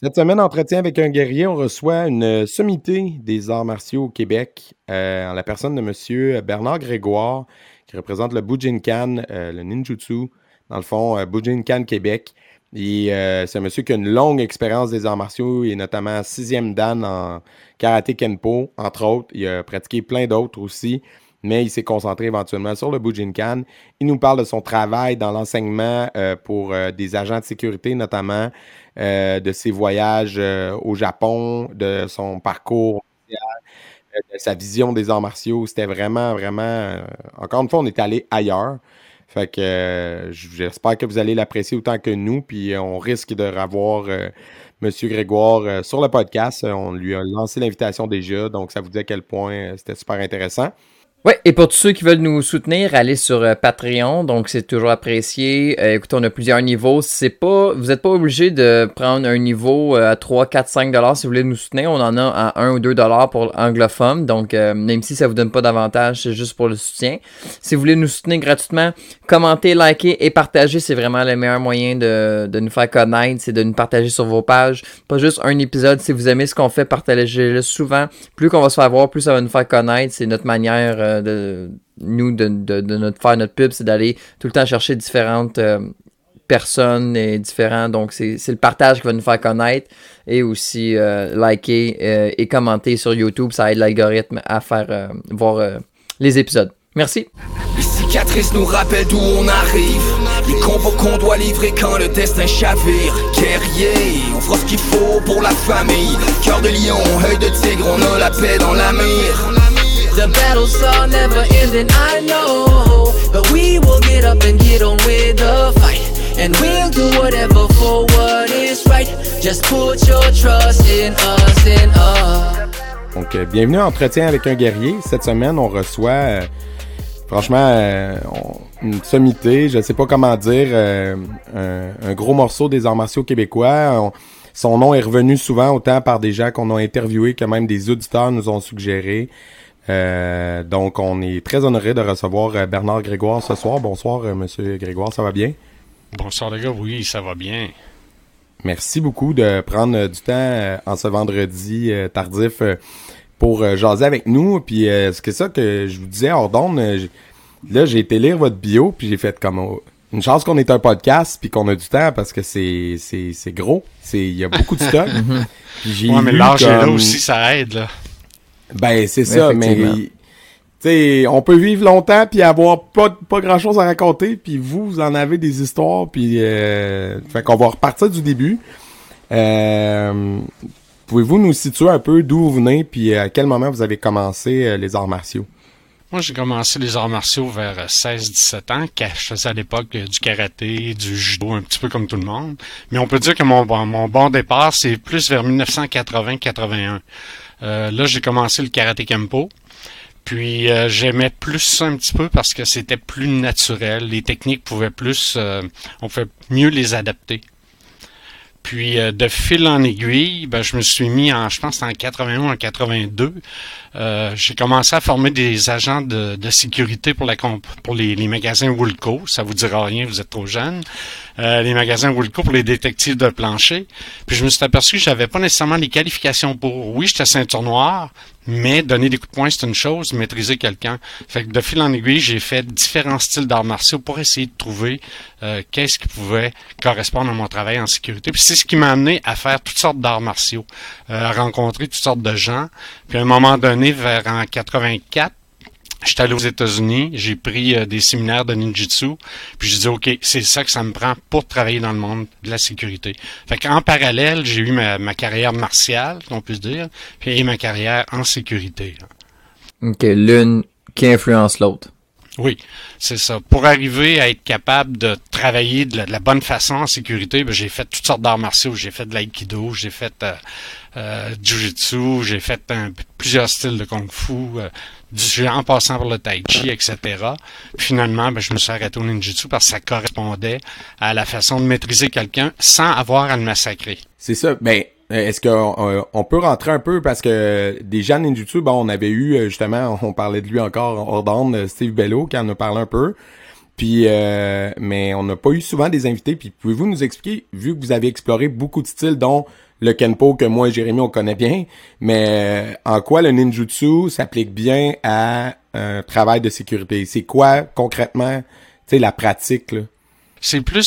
Cette semaine, entretien avec un guerrier, on reçoit une sommité des arts martiaux au Québec, en la personne de monsieur Bernard Grégoire, qui représente le Bujinkan, le ninjutsu, dans le fond, Bujinkan Québec. Et c'est un monsieur qui a une longue expérience des arts martiaux et notamment sixième dan en karaté Kenpo, entre autres. Il a pratiqué plein d'autres aussi, mais il s'est concentré éventuellement sur le Bujinkan. Il nous parle de son travail dans l'enseignement pour des agents de sécurité notamment, de ses voyages au Japon, de son parcours, de sa vision des arts martiaux. C'était vraiment, vraiment... encore une fois, on est allé ailleurs. Fait que j'espère que vous allez l'apprécier autant que nous. Puis on risque de revoir Monsieur Grégoire sur le podcast. On lui a lancé l'invitation déjà, donc ça vous dit à quel point c'était super intéressant. Ouais, et pour tous ceux qui veulent nous soutenir, allez sur Patreon, donc c'est toujours apprécié. Écoutez, on a plusieurs niveaux. Vous n'êtes pas obligé de prendre un niveau à 3, 4, 5 $ si vous voulez nous soutenir. On en a à 1 ou 2 $ pour anglophone, donc même si ça vous donne pas d'avantage, c'est juste pour le soutien. Si vous voulez nous soutenir gratuitement, commentez, likez et partagez, c'est vraiment le meilleur moyen de nous faire connaître, c'est de nous partager sur vos pages. Pas juste un épisode, si vous aimez ce qu'on fait, partagez-le souvent. Plus qu'on va se faire voir, plus ça va nous faire connaître. C'est notre manière de faire notre pub, c'est d'aller tout le temps chercher différentes personnes et différents, donc c'est le partage qui va nous faire connaître, et aussi liker et commenter sur YouTube, ça aide l'algorithme à faire voir les épisodes. Merci. Les cicatrices nous rappellent d'où on arrive, les combats qu'on doit livrer quand le destin chavire. Guerrier, on fera ce qu'il faut pour la famille. Cœur de lion, œil de tigre, on a la paix dans la mire. The battles are never ending, I know, but we will get up and get on with the fight, and we'll do whatever for what is right. Just put your trust in us, Donc, bienvenue à Entretien avec un guerrier. Cette semaine, on reçoit, franchement, une sommité, je ne sais pas comment dire, un gros morceau des arts martiaux québécois. Son nom est revenu souvent, autant par des gens qu'on a interviewés que même des auditeurs nous ont suggéré. Donc, on est très honoré de recevoir Bernard Grégoire ce soir. Bonsoir, Monsieur Grégoire, ça va bien? Bonsoir les gars, oui, ça va bien. Merci beaucoup de prendre du temps en ce vendredi tardif pour jaser avec nous. Puis, c'est ça que je vous disais hors d'onde. Là, j'ai été lire votre bio, puis j'ai fait comme... une chance qu'on est un podcast, puis qu'on a du temps, parce que c'est gros. Il y a beaucoup de stock. Puis j'ai mais l'âge est là aussi, ça aide, là. Ben, c'est ça, mais tu sais, on peut vivre longtemps puis avoir pas grand-chose à raconter, puis vous en avez des histoires, puis fait qu'on va repartir du début. Pouvez-vous nous situer un peu d'où vous venez, puis à quel moment vous avez commencé les arts martiaux? Moi, j'ai commencé les arts martiaux vers 16-17 ans, je faisais à l'époque du karaté, du judo, un petit peu comme tout le monde. Mais on peut dire que mon bon départ, c'est plus vers 1980-81. Là, j'ai commencé le karaté Kenpo. Puis j'aimais plus ça un petit peu parce que c'était plus naturel. Les techniques pouvaient plus... on pouvait mieux les adapter. Puis de fil en aiguille, je me suis mis je pense en 81 ou en 82, j'ai commencé à former des agents de sécurité pour les magasins Woolco. Ça vous dira rien, vous êtes trop jeune. Les magasins Woolco pour les détectives de plancher. Puis je me suis aperçu que j'avais pas nécessairement les qualifications pour. Oui, j'étais ceinture noire, mais donner des coups de poing, c'est une chose, maîtriser quelqu'un. Fait que de fil en aiguille, j'ai fait différents styles d'arts martiaux pour essayer de trouver qu'est-ce qui pouvait correspondre à mon travail en sécurité. Puis c'est ce qui m'a amené à faire toutes sortes d'arts martiaux, à rencontrer toutes sortes de gens. Puis à un moment donné, vers en 84, j'étais allé aux États-Unis, j'ai pris des séminaires de ninjutsu, puis j'ai dit OK, c'est ça que ça me prend pour travailler dans le monde de la sécurité. Fait qu'en parallèle, j'ai eu ma carrière martiale, on peut se dire, puis ma carrière en sécurité. Là. OK, l'une qui influence l'autre. Oui, c'est ça. Pour arriver à être capable de travailler de la bonne façon en sécurité, j'ai fait toutes sortes d'arts martiaux. J'ai fait de l'aïkido, j'ai fait jiu-jitsu, j'ai fait plusieurs styles de kung-fu, en passant par le tai chi, etc. Puis finalement, je me suis arrêté au ninjutsu parce que ça correspondait à la façon de maîtriser quelqu'un sans avoir à le massacrer. C'est ça. Ben, est-ce qu'on peut rentrer un peu, parce que des gens de ninjutsu, on avait eu, justement, on parlait de lui encore hors d'onde, Steve Bello, qui en a parlé un peu. Puis, mais on n'a pas eu souvent des invités. Puis, pouvez-vous nous expliquer, vu que vous avez exploré beaucoup de styles, dont le Kenpo que moi et Jérémy, on connaît bien, mais en quoi le ninjutsu s'applique bien à un travail de sécurité? C'est quoi, concrètement, la pratique, là? C'est plus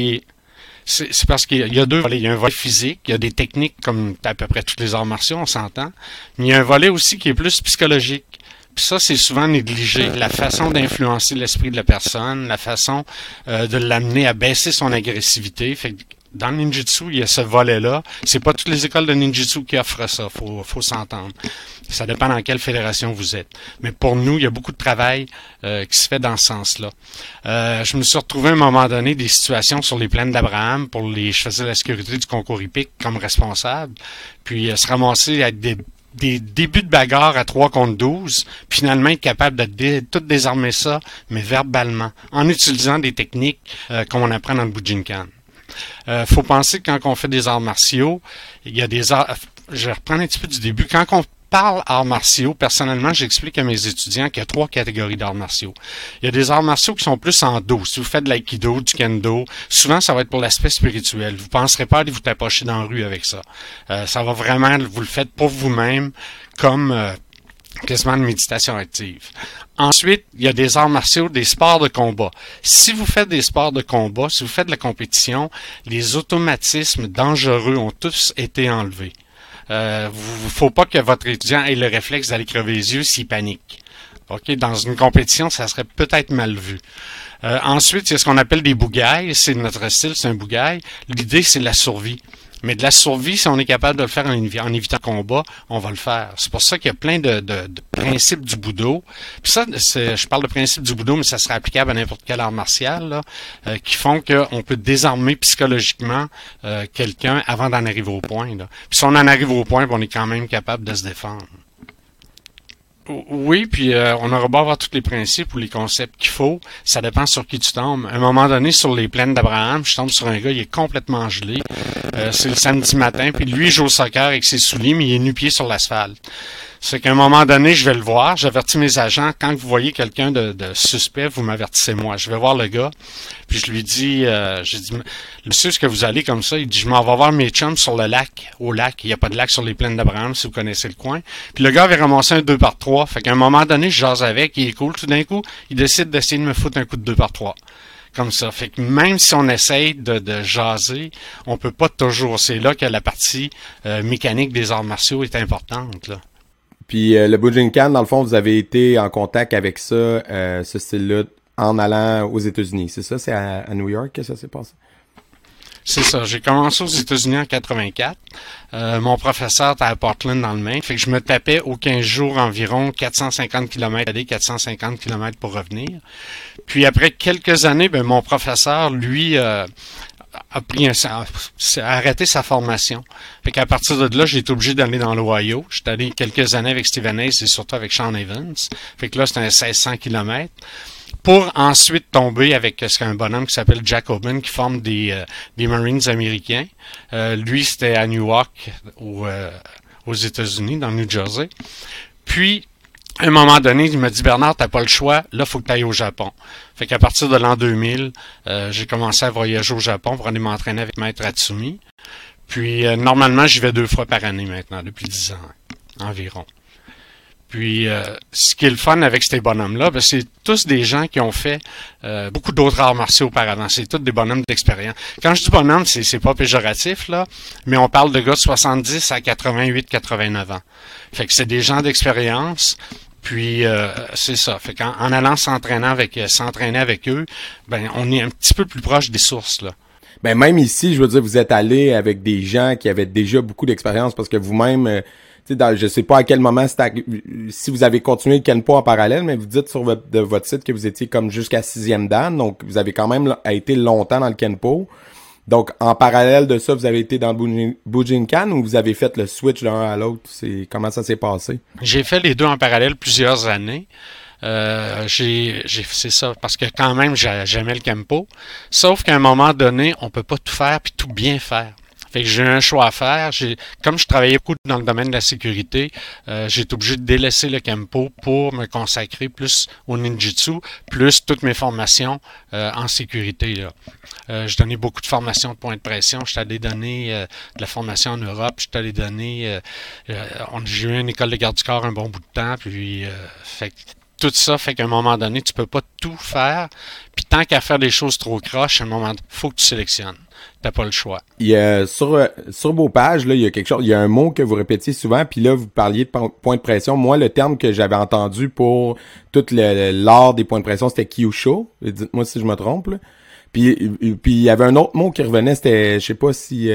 c'est parce qu'il y a deux volets. Il y a un volet physique, il y a des techniques comme à peu près tous les arts martiaux, on s'entend. Mais il y a un volet aussi qui est plus psychologique. Puis ça, c'est souvent négligé. La façon d'influencer l'esprit de la personne, la façon de l'amener à baisser son agressivité. Fait que dans le ninjutsu, il y a ce volet-là. C'est pas toutes les écoles de ninjutsu qui offrent ça. Faut s'entendre. Ça dépend dans quelle fédération vous êtes. Mais pour nous, il y a beaucoup de travail qui se fait dans ce sens-là. Je me suis retrouvé à un moment donné des situations sur les plaines d'Abraham je faisais la sécurité du concours hippique comme responsable. Puis se ramasser avec des débuts de bagarre à 3 contre 12, puis finalement être capable de tout désarmer ça, mais verbalement, en utilisant des techniques comme on apprend dans le Bujinkan. Faut penser que quand on fait des arts martiaux, il y a des arts... Je vais reprendre un petit peu du début. Quand on parle arts martiaux, personnellement, j'explique à mes étudiants qu'il y a 3 catégories d'arts martiaux. Il y a des arts martiaux qui sont plus en dos. Si vous faites de l'aïkido, du kendo, souvent ça va être pour l'aspect spirituel. Vous penserez pas aller vous tapocher dans la rue avec ça. Ça va vraiment, vous le faites pour vous-même, comme quasiment une méditation active. Ensuite, il y a des arts martiaux, des sports de combat. Si vous faites des sports de combat, si vous faites de la compétition, les automatismes dangereux ont tous été enlevés. Faut pas que votre étudiant ait le réflexe d'aller crever les yeux s'il panique. OK, dans une compétition, ça serait peut-être mal vu. Ensuite, il y a ce qu'on appelle des bougailles. C'est notre style, c'est un bougaille. L'idée, c'est la survie. Mais de la survie, si on est capable de le faire en évitant le combat, on va le faire. C'est pour ça qu'il y a plein de principes du Budo. Puis ça, je parle de principes du Budo, mais ça serait applicable à n'importe quel art martial, là, qui font qu'on peut désarmer psychologiquement quelqu'un avant d'en arriver au point. Là. Puis si on en arrive au point, on est quand même capable de se défendre. Oui, puis on aura beau avoir tous les principes ou les concepts qu'il faut, ça dépend sur qui tu tombes. À un moment donné, sur les plaines d'Abraham, je tombe sur un gars, il est complètement gelé. C'est le samedi matin, puis lui, il joue au soccer avec ses souliers, mais il est nu-pied sur l'asphalte. C'est qu'à un moment donné, je vais le voir, j'avertis mes agents, quand vous voyez quelqu'un de suspect, vous m'avertissez moi. Je vais voir le gars, puis je lui dis, j'ai dit, monsieur, est-ce que vous allez comme ça? Il dit, je m'en vais voir mes chums sur le lac, au lac. Il n'y a pas de lac sur les plaines d'Abraham, si vous connaissez le coin. Puis le gars avait ramassé un 2x3. Fait qu'à un moment donné, je jase avec, il est cool. Tout d'un coup, il décide d'essayer de me foutre un coup de 2x3. Comme ça. Fait que même si on essaye de jaser, on peut pas toujours. C'est là que la partie mécanique des arts martiaux est importante, là. Puis le Bujinkan, dans le fond, vous avez été en contact avec ça, ce style-là, en allant aux États-Unis. C'est ça? C'est à New York que ça s'est passé? C'est ça. J'ai commencé aux États-Unis en 84. Mon professeur était à Portland dans le Maine. Fait que je me tapais aux 15 jours environ 450 km aller, 450 km pour revenir. Puis après quelques années, mon professeur, lui, a arrêté sa formation. Fait qu'à partir de là, j'ai été obligé d'aller dans l'Ohio. J'étais allé quelques années avec Stephen Hayes et surtout avec Sean Evans. Fait que là, c'était un 1600 km. Pour ensuite tomber avec un bonhomme qui s'appelle Jack Oben, qui forme des Marines américains. Lui, c'était à Newark, aux États-Unis, dans le New Jersey. Puis, à un moment donné, il m'a dit, Bernard, t'as pas le choix, là, faut que tu ailles au Japon. Fait qu'à partir de l'an 2000, j'ai commencé à voyager au Japon pour aller m'entraîner avec Maître Atsumi. Puis, normalement, j'y vais 2 fois par année maintenant, depuis 10 ans environ. Puis, ce qui est le fun avec ces bonhommes-là, c'est tous des gens qui ont fait beaucoup d'autres arts martiaux auparavant. C'est tous des bonhommes d'expérience. Quand je dis bonhomme, c'est pas péjoratif, là, mais on parle de gars de 70 à 88, 89 ans. Fait que c'est des gens d'expérience. Puis, c'est ça. Fait qu'en allant s'entraîner avec eux, on est un petit peu plus proche des sources, là. Ben, même ici, je veux dire, vous êtes allé avec des gens qui avaient déjà beaucoup d'expérience parce que vous-même, je sais pas à quel moment si vous avez continué le Kenpo en parallèle, mais vous dites sur votre site que vous étiez comme jusqu'à 6e dan, donc vous avez quand même été longtemps dans le Kenpo. Donc, en parallèle de ça, vous avez été dans le Bujinkan ou vous avez fait le switch d'un à l'autre? Comment ça s'est passé? J'ai fait les deux en parallèle plusieurs années. C'est ça, parce que quand même, j'aimais le Kenpo. Sauf qu'à un moment donné, on peut pas tout faire puis tout bien faire. Fait que j'ai eu un choix à faire. Comme je travaillais beaucoup dans le domaine de la sécurité, j'ai été obligé de délaisser le Kempo pour me consacrer plus au ninjutsu, plus toutes mes formations en sécurité, là. Je donnais beaucoup de formations de points de pression. Je suis allé donner de la formation en Europe. Je suis allé donner... j'ai eu une école de garde du corps un bon bout de temps. Puis, fait que tout ça fait qu'à un moment donné, tu peux pas tout faire. Puis tant qu'à faire des choses trop croches, à un moment donné, faut que tu sélectionnes. T'as pas le choix. Il y a, sur vos pages, là, il y a quelque chose, il y a un mot que vous répétiez souvent, puis là, vous parliez de point de pression. Moi, le terme que j'avais entendu pour tout l'art des points de pression, c'était Kyusho. Dites-moi si je me trompe, là. Puis il y avait un autre mot qui revenait, c'était, je sais pas si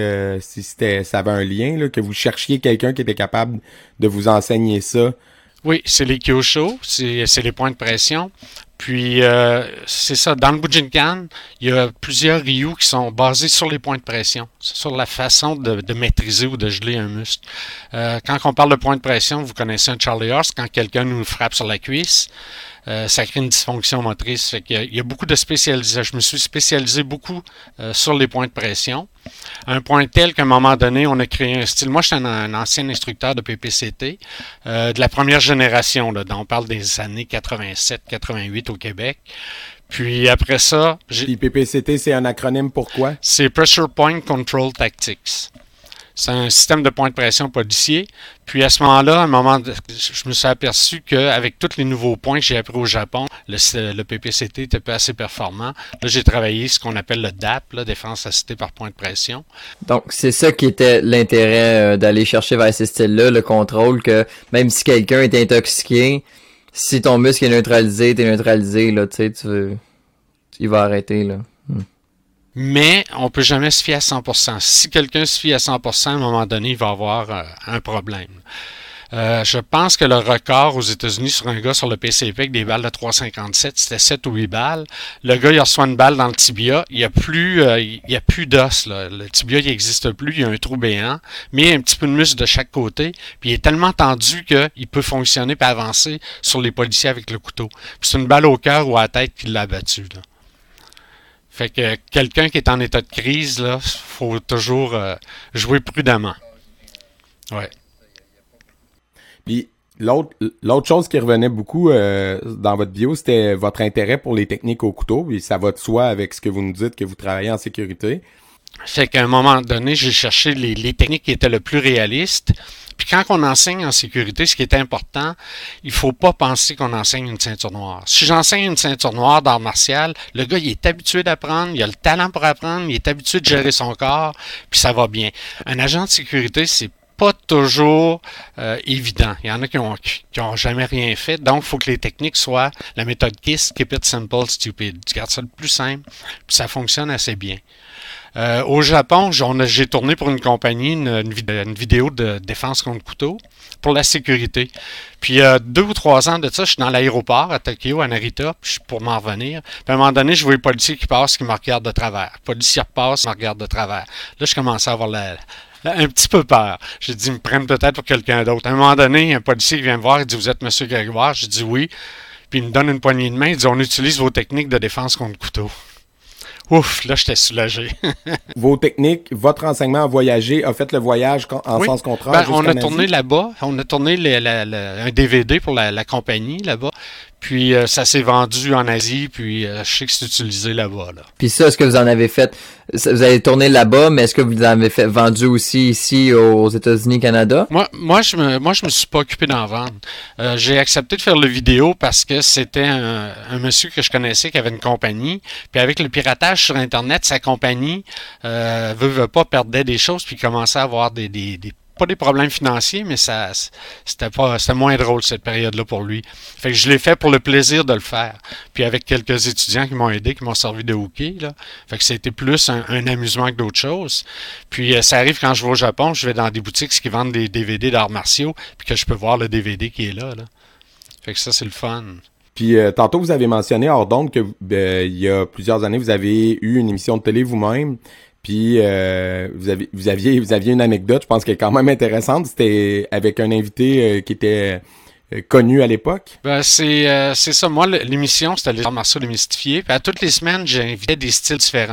ça avait un lien, là, que vous cherchiez quelqu'un qui était capable de vous enseigner ça. Oui, c'est les Kyosho, c'est les points de pression. Puis, c'est ça, dans le Bujinkan, il y a plusieurs Ryu qui sont basés sur les points de pression, sur la façon de maîtriser ou de geler un muscle. Quand on parle de points de pression, vous connaissez un Charlie Horse, quand quelqu'un nous frappe sur la cuisse, ça crée une dysfonction motrice. Fait qu'il y a beaucoup de spécialisation. Je me suis spécialisé beaucoup sur les points de pression. À un point tel qu'à un moment donné, on a créé un style. Moi, je suis un ancien instructeur de PPCT, de la première génération, là, dont on parle des années 87-88 au Québec. Puis après ça... Puis PPCT, c'est un acronyme pour quoi? C'est Pressure Point Control Tactics. C'est un système de points de pression policier. Puis à ce moment-là, je me suis aperçu qu'avec tous les nouveaux points que j'ai appris au Japon, le PPCT était pas assez performant. Là, j'ai travaillé ce qu'on appelle le DAP, là, défense assistée par point de pression. Donc, c'est ça qui était l'intérêt d'aller chercher vers ces styles-là, le contrôle, que même si quelqu'un est intoxiqué, si ton muscle est neutralisé, t'es neutralisé, là, tu sais, il va arrêter, là. Mais on peut jamais se fier à 100%. Si quelqu'un se fie à 100%, à un moment donné, il va avoir un problème. Je pense que le record aux États-Unis sur un gars sur le PCP avec des balles de 3,57, c'était 7 ou 8 balles. Le gars, il reçoit une balle dans le tibia. Il y a plus d'os, là. Le tibia, il n'existe plus. Il y a un trou béant. Mais il y a un petit peu de muscle de chaque côté. Puis il est tellement tendu qu'il peut fonctionner et avancer sur les policiers avec le couteau. Puis c'est une balle au cœur ou à la tête qui l'a abattu, là. Fait que quelqu'un qui est en état de crise, là, faut toujours jouer prudemment. Ouais. Puis l'autre chose qui revenait beaucoup dans votre bio, c'était votre intérêt pour les techniques au couteau. Puis ça va de soi avec ce que vous nous dites que vous travaillez en sécurité. Fait qu'à un moment donné, j'ai cherché les techniques qui étaient le plus réalistes. Puis quand on enseigne en sécurité, ce qui est important, il faut pas penser qu'on enseigne une ceinture noire. Si j'enseigne une ceinture noire d'art martial, le gars, il est habitué d'apprendre, il a le talent pour apprendre, il est habitué de gérer son corps, puis ça va bien. Un agent de sécurité, c'est pas toujours évident. Il y en a qui ont jamais rien fait. Donc, il faut que les techniques soient la méthode KISS, Keep it simple, stupid. Tu gardes ça le plus simple, puis ça fonctionne assez bien. Au Japon, j'ai tourné pour une compagnie une vidéo de défense contre couteau pour la sécurité. Puis 2 ou 3 ans de ça, je suis dans l'aéroport à Tokyo, à Narita, puis pour m'en revenir. Puis à un moment donné, je vois le policier qui passe, qui me regarde de travers. Le policier repasse, me regarde de travers. Là, je commençais à avoir un petit peu peur. J'ai dit, ils me prennent peut-être pour quelqu'un d'autre. À un moment donné, il y a un policier qui vient me voir, il dit, vous êtes M. Grégoire? J'ai dit oui. Puis il me donne une poignée de main, il dit, on utilise vos techniques de défense contre couteau. Ouf, là, j'étais soulagé. Vos techniques, votre enseignement à voyager a fait le voyage en sens contraire. On a tourné là-bas. On a tourné un DVD pour la compagnie là-bas. Puis ça s'est vendu en Asie, puis je sais que c'est utilisé là-bas. Là. Puis ça, est-ce que vous en avez fait, vous avez tourné là-bas, mais est-ce que vous en avez fait vendu aussi ici aux États-Unis, Canada? Moi, je me suis pas occupé d'en vendre. J'ai accepté de faire le vidéo parce que c'était un monsieur que je connaissais qui avait une compagnie. Puis avec le piratage sur Internet, sa compagnie veut pas perdre des choses, puis commençait à avoir pas des problèmes financiers, mais c'était moins drôle cette période-là pour lui. Fait que je l'ai fait pour le plaisir de le faire. Puis avec quelques étudiants qui m'ont aidé, qui m'ont servi de hockey, là. Fait que c'était plus un amusement que d'autres choses. Puis ça arrive quand je vais au Japon, je vais dans des boutiques qui vendent des DVD d'arts martiaux, puis que je peux voir le DVD qui est là. Fait que ça, c'est le fun. Puis tantôt, vous avez mentionné hors d'onde que il y a plusieurs années, vous avez eu une émission de télé vous-même. Puis vous aviez une anecdote, je pense qu'elle est quand même intéressante. C'était avec un invité qui était connu à l'époque. Ben c'est ça. Moi, l'émission, c'était les arts martiaux démystifiés. Puis à toutes les semaines, j'invitais des styles différents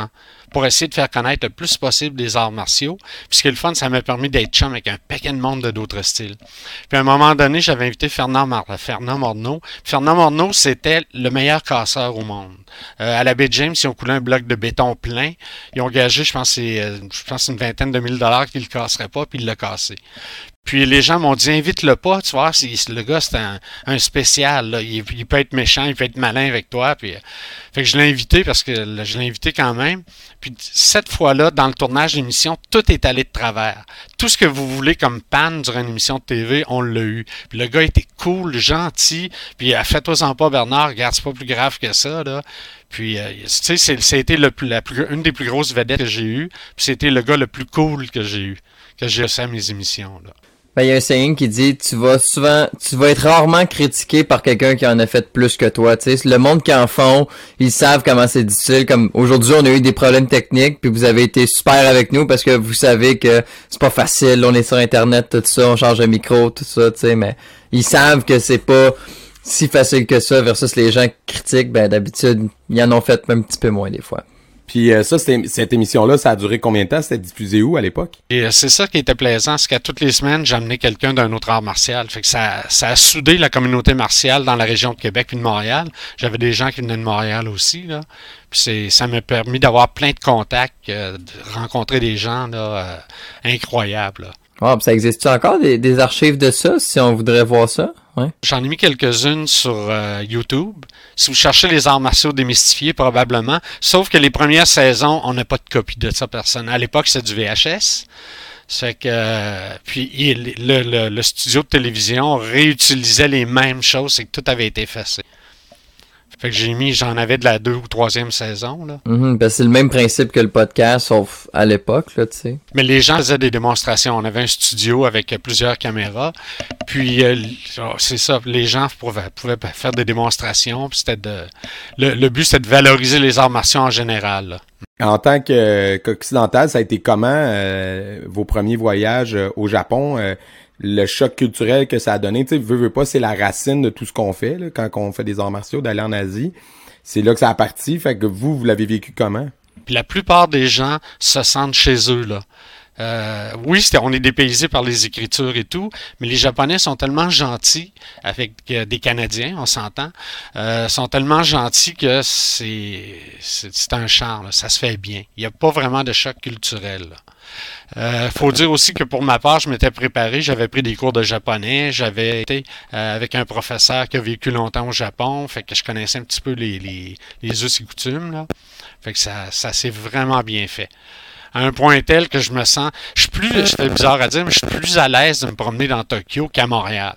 pour essayer de faire connaître le plus possible des arts martiaux. Puis ce qui est le fun, ça m'a permis d'être chum avec un paquet de monde d'autres styles. Puis à un moment donné, j'avais invité Fernand Morneau. Fernand Morneau, c'était le meilleur casseur au monde. À la baie James, ils ont coulé un bloc de béton plein. Ils ont gagé, je pense, une vingtaine de mille dollars qu'il ne le casserait pas, puis il l'a cassé. Puis les gens m'ont dit, invite-le pas, tu vois, le gars, c'est un spécial, là. Il peut être méchant, il peut être malin avec toi. Puis, fait que je l'ai invité parce que je l'ai invité quand même. Puis cette fois-là, dans le tournage d'émission, tout est allé de travers. Tout ce que vous voulez comme panne durant une émission de TV, on l'a eu. Puis le gars était cool, gentil. Puis fais-toi-en pas, Bernard, regarde, c'est pas plus grave que ça, là. Puis, tu sais, c'était une des plus grosses vedettes que j'ai eues. Puis c'était le gars le plus cool que j'ai eu, que j'ai reçu à mes émissions, là. Ben, il y a un saying qui dit, tu vas être rarement critiqué par quelqu'un qui en a fait plus que toi, tu sais. Le monde qui en font, ils savent comment c'est difficile. Comme aujourd'hui, on a eu des problèmes techniques, puis vous avez été super avec nous parce que vous savez que c'est pas facile. On est sur Internet, tout ça, on change de micro, tout ça, tu sais. Mais ils savent que c'est pas si facile que ça versus les gens qui critiquent. Ben, d'habitude, ils en ont fait même un petit peu moins des fois. Puis cette émission-là, ça a duré combien de temps? C'était diffusé où à l'époque? Et c'est ça qui était plaisant, c'est qu'à toutes les semaines, j'amenais quelqu'un d'un autre art martial. Fait que ça a soudé la communauté martiale dans la région de Québec puis de Montréal. J'avais des gens qui venaient de Montréal aussi, là. Puis ça m'a permis d'avoir plein de contacts, de rencontrer des gens là, incroyables, là. Ah, ça existe-tu encore des archives de ça, si on voudrait voir ça? Ouais. J'en ai mis quelques-unes sur YouTube. Si vous cherchez les arts martiaux démystifiés, probablement. Sauf que les premières saisons, on n'a pas de copie de ça, personne. À l'époque, c'était du VHS. C'est que puis le studio de télévision réutilisait les mêmes choses, c'est que tout avait été effacé. Fait que j'en avais de la 2e ou 3e saison, là. Ben c'est le même principe que le podcast, sauf à l'époque, là, tu sais. Mais les gens faisaient des démonstrations. On avait un studio avec plusieurs caméras. Puis, c'est ça, les gens pouvaient faire des démonstrations. Puis le but, c'était de valoriser les arts martiaux en général, là. En tant qu'occidental, ça a été comment vos premiers voyages au Japon? Le choc culturel que ça a donné, tu sais, veux pas, c'est la racine de tout ce qu'on fait, là, quand on fait des arts martiaux, d'aller en Asie. C'est là que ça a parti, fait que vous l'avez vécu comment? Puis la plupart des gens se sentent chez eux, là. Oui, on est dépaysés par les écritures et tout, mais les Japonais sont tellement gentils avec des Canadiens, on s'entend, sont tellement gentils que c'est un charme, là, ça se fait bien. Il n'y a pas vraiment de choc culturel, là. Faut dire aussi que pour ma part, je m'étais préparé, j'avais pris des cours de japonais, j'avais été avec un professeur qui a vécu longtemps au Japon, fait que je connaissais un petit peu les us et coutumes, là. Fait que ça s'est vraiment bien fait. À un point tel que je me sens, c'est bizarre à dire, mais je suis plus à l'aise de me promener dans Tokyo qu'à Montréal.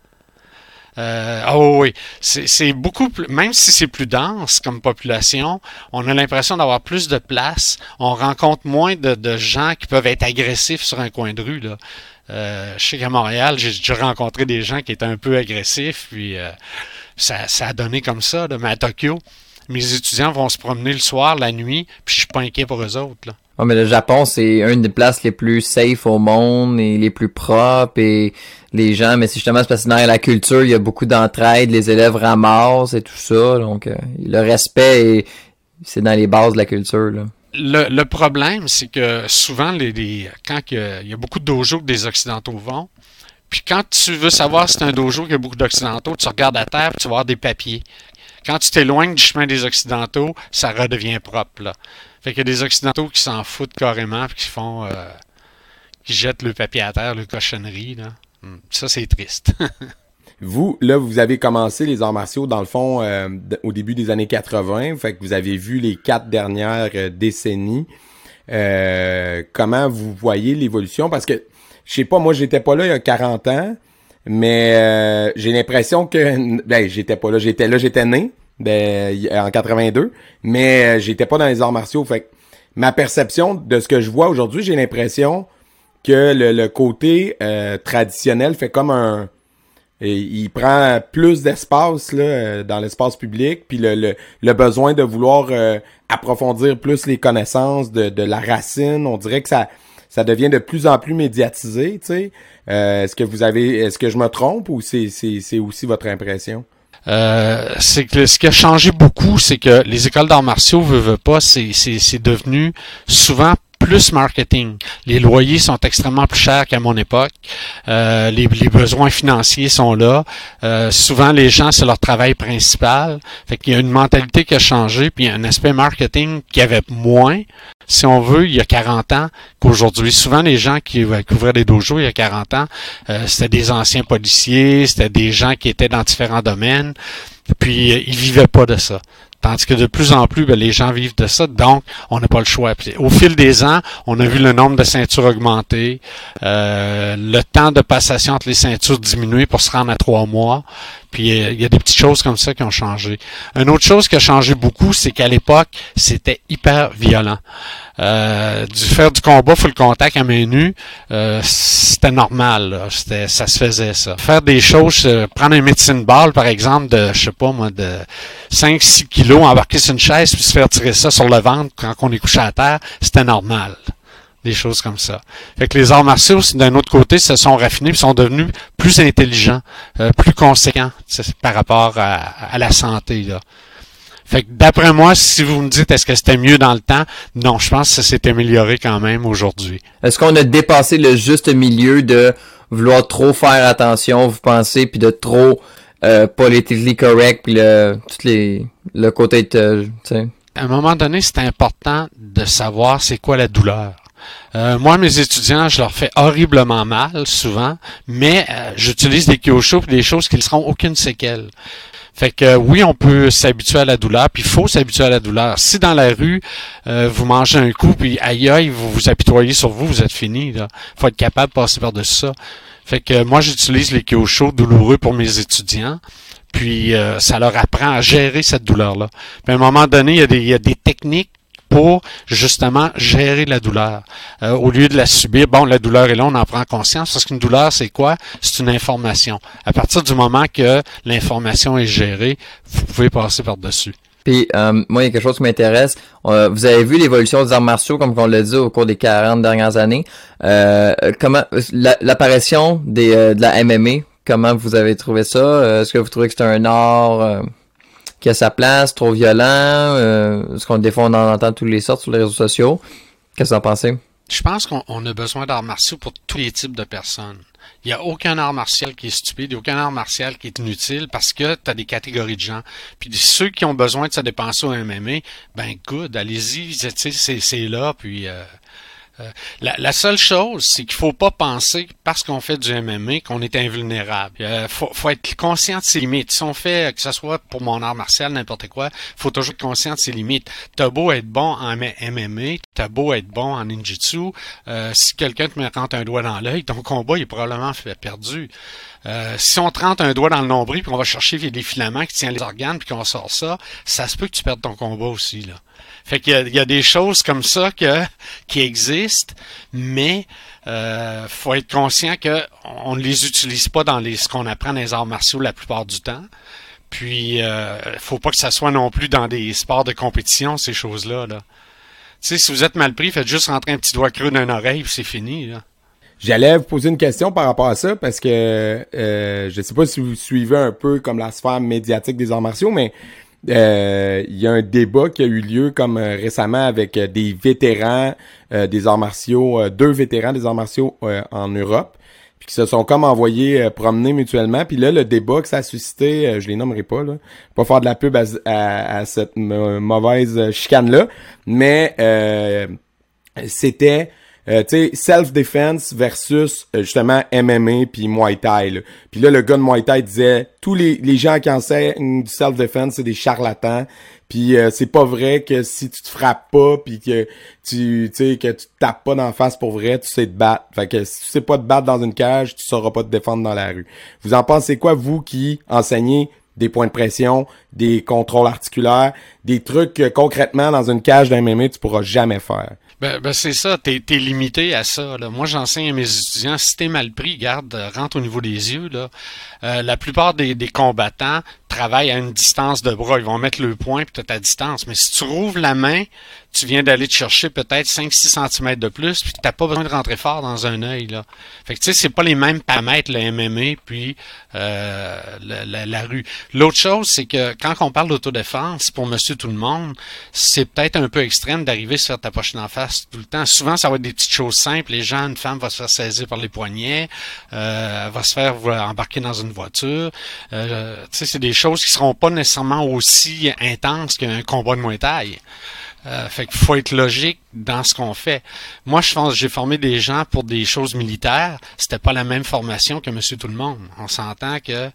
Oui, c'est beaucoup plus, même si c'est plus dense comme population, on a l'impression d'avoir plus de place. On rencontre moins de gens qui peuvent être agressifs sur un coin de rue, là. Je sais qu'à Montréal, j'ai déjà rencontré des gens qui étaient un peu agressifs, puis ça a donné comme ça, là. Mais à Tokyo, mes étudiants vont se promener le soir, la nuit, puis je suis pas inquiet pour eux autres, là. Ouais, mais le Japon, c'est une des places les plus safe au monde et les plus propres et les gens, mais c'est justement parce que dans la culture, il y a beaucoup d'entraide, les élèves ramassent et tout ça, donc le respect, c'est dans les bases de la culture, là. Le problème, c'est que souvent, quand il y a beaucoup de dojos que des Occidentaux vont, puis quand tu veux savoir si c'est un dojo qui a beaucoup d'Occidentaux, tu regardes à terre et tu vas voir des papiers. Quand tu t'éloignes du chemin des Occidentaux, ça redevient propre, là. Fait qu'il y a des Occidentaux qui s'en foutent carrément et qui jettent le papier à terre, le cochonnerie, là. Ça, c'est triste. Vous avez commencé les arts martiaux, dans le fond, au début des années 80. Fait que vous avez vu les 4 dernières décennies. Comment vous voyez l'évolution? Parce que, je sais pas, moi, j'étais pas là il y a 40 ans, mais j'ai l'impression que... Ben, j'étais né. En 82, mais j'étais pas dans les arts martiaux. Fait que ma perception de ce que je vois aujourd'hui, j'ai l'impression que le côté traditionnel fait comme il prend plus d'espace là dans l'espace public, puis le besoin de vouloir approfondir plus les connaissances de la racine, on dirait que ça devient de plus en plus médiatisé, tu sais. Est-ce que je me trompe ou c'est aussi votre impression? c'est que ce qui a changé beaucoup, c'est que les écoles d'arts martiaux, veut pas, c'est devenu souvent plus marketing. Les loyers sont extrêmement plus chers qu'à mon époque. Les besoins financiers sont là. Souvent, les gens, c'est leur travail principal. Fait qu'il y a une mentalité qui a changé, puis il y a un aspect marketing qui avait moins, si on veut, il y a 40 ans qu'aujourd'hui. Souvent, les gens qui ouvraient des dojos il y a 40 ans, c'était des anciens policiers, c'était des gens qui étaient dans différents domaines, puis ils vivaient pas de ça. Tandis que de plus en plus, les gens vivent de ça, donc on n'a pas le choix. Puis, au fil des ans, on a vu le nombre de ceintures augmenter, le temps de passation entre les ceintures diminuer pour se rendre à 3 mois. Puis il y a des petites choses comme ça qui ont changé. Une autre chose qui a changé beaucoup, c'est qu'à l'époque, c'était hyper violent. Faire du combat full contact à main nue, c'était normal, là. Ça se faisait, ça. Faire des choses, prendre un médecine ball, par exemple, de 5-6 kilos, embarquer sur une chaise puis se faire tirer ça sur le ventre quand on est couché à terre, c'était normal. Des choses comme ça. Fait que les arts martiaux, d'un autre côté, se sont raffinés et sont devenus plus intelligents, plus conséquents par rapport à la santé, là. Fait que d'après moi, si vous me dites est-ce que c'était mieux dans le temps, non, je pense que ça s'est amélioré quand même aujourd'hui. Est-ce qu'on a dépassé le juste milieu de vouloir trop faire attention, vous pensez, puis de trop politically correct, puis le côté de, tu sais. À un moment donné, c'est important de savoir c'est quoi la douleur. Moi, mes étudiants, je leur fais horriblement mal, souvent, mais j'utilise des kyosho et des choses qui ne seront aucune séquelle. Fait que oui, on peut s'habituer à la douleur, puis il faut s'habituer à la douleur. Si dans la rue, vous mangez un coup, puis aïe, vous vous apitoyez sur vous, vous êtes fini, là. Faut être capable de passer par-dessus ça. Fait que moi, j'utilise les kyosho douloureux pour mes étudiants. Puis ça leur apprend à gérer cette douleur-là. Puis à un moment donné, il y a des techniques pour justement gérer la douleur. Au lieu de la subir, bon, la douleur est là, on en prend conscience, parce qu'une douleur, c'est quoi? C'est une information. À partir du moment que l'information est gérée, vous pouvez passer par-dessus. Puis, moi, il y a quelque chose qui m'intéresse. Vous avez vu l'évolution des arts martiaux, comme on l'a dit, au cours des 40 dernières années. Comment l'apparition de la MMA, comment vous avez trouvé ça? Est-ce que vous trouvez que c'est un art qui a sa place, trop violent? Est-ce qu'on des fois on en entend tous les sortes sur les réseaux sociaux? Qu'est-ce que vous en pensez? Je pense qu'on a besoin d'arts martiaux pour tous les types de personnes. Il n'y a aucun art martial qui est stupide, aucun art martial qui est inutile parce que tu as des catégories de gens. Puis ceux qui ont besoin de se dépenser au MMA, ben good, allez-y, c'est là, puis la seule chose, c'est qu'il faut pas penser, parce qu'on fait du MMA, qu'on est invulnérable. Faut être conscient de ses limites. Si on fait, que ce soit pour mon art martial, n'importe quoi, faut toujours être conscient de ses limites. T'as beau être bon en MMA, t'as beau être bon en ninjutsu, si quelqu'un te rentre un doigt dans l'œil, ton combat il est probablement perdu. Si on te rentre un doigt dans le nombril puis qu'on va chercher des filaments qui tiennent les organes puis qu'on sort ça se peut que tu perdes ton combat aussi, là. Fait qu'il y a des choses comme ça qui existent, mais faut être conscient que on ne les utilise pas dans ce qu'on apprend dans les arts martiaux la plupart du temps. Puis faut pas que ça soit non plus dans des sports de compétition, ces choses-là, là. Tu sais, si vous êtes mal pris, faites juste rentrer un petit doigt creux dans une oreille puis c'est fini, là. J'allais vous poser une question par rapport à ça parce que je sais pas si vous suivez un peu comme la sphère médiatique des arts martiaux, mais il y a un débat qui a eu lieu comme récemment avec des vétérans des arts martiaux, 2 vétérans des arts martiaux en Europe, puis qui se sont comme envoyés promener mutuellement. Puis là, le débat que ça a suscité, je les nommerai pas, là, pas faire de la pub à cette mauvaise chicane-là, mais c'était tu sais, self-defense versus justement MMA puis Muay Thai. Là. Puis là, le gars de Muay Thai disait tous les gens qui enseignent du self-defense, c'est des charlatans. Puis c'est pas vrai que si tu te frappes pas puis que tu te tapes pas d'en face pour vrai, tu sais te battre. Fait que si tu sais pas te battre dans une cage, tu sauras pas te défendre dans la rue. Vous en pensez quoi, vous qui enseignez des points de pression, des contrôles articulaires, des trucs que concrètement dans une cage d'MMA tu pourras jamais faire? Ben c'est ça, t'es limité à ça, là. Moi, j'enseigne à mes étudiants, si t'es mal pris, rentre au niveau des yeux, là. La plupart des combattants travaillent à une distance de bras. Ils vont mettre le poing puis tu as ta distance. Mais si tu rouvres la main, tu viens d'aller te chercher peut-être 5-6 cm de plus puis tu n'as pas besoin de rentrer fort dans un œil, là. Fait que tu sais, c'est pas les mêmes paramètres, le MMA puis la rue. L'autre chose, c'est que quand on parle d'autodéfense, pour monsieur tout le monde, c'est peut-être un peu extrême d'arriver à se faire tapocher d'en face tout le temps. Souvent, ça va être des petites choses simples. Les gens, une femme va se faire saisir par les poignets, va se faire embarquer dans une voiture. Tu sais, c'est des choses qui seront pas nécessairement aussi intenses qu'un combat de Muay Thai. Fait qu'il faut être logique dans ce qu'on fait. Moi, je pense j'ai formé des gens pour des choses militaires. C'était pas la même formation que monsieur tout le monde. On s'entend que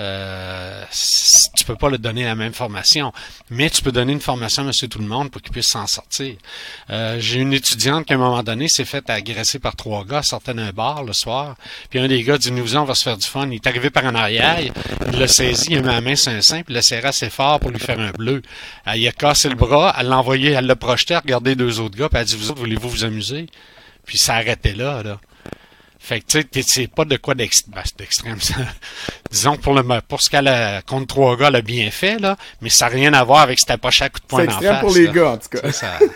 tu peux pas le donner la même formation, mais tu peux donner une formation à monsieur tout le monde pour qu'il puisse s'en sortir. J'ai une étudiante qui à un moment donné s'est faite agresser par 3 gars, sortait d'un bar le soir, puis un des gars dit nous on va se faire du fun. Il est arrivé par en arrière, il l'a saisi, il a mis la main sur un sein, puis il l'a serré assez fort pour lui faire un bleu. Il a cassé le bras, elle l'a envoyé, elle l'a projeté, regardé 2 autres gars, puis elle a dit vous autres voulez-vous vous amuser? Puis ça arrêtait là. Fait que tu sais, c'est pas de quoi d'extrême. Disons que pour ce qu'elle a contre 3 gars, elle a bien fait, là, mais ça n'a rien à voir avec cette approche à coup de poing d'en face. C'est extrême pour les gars, en tout cas.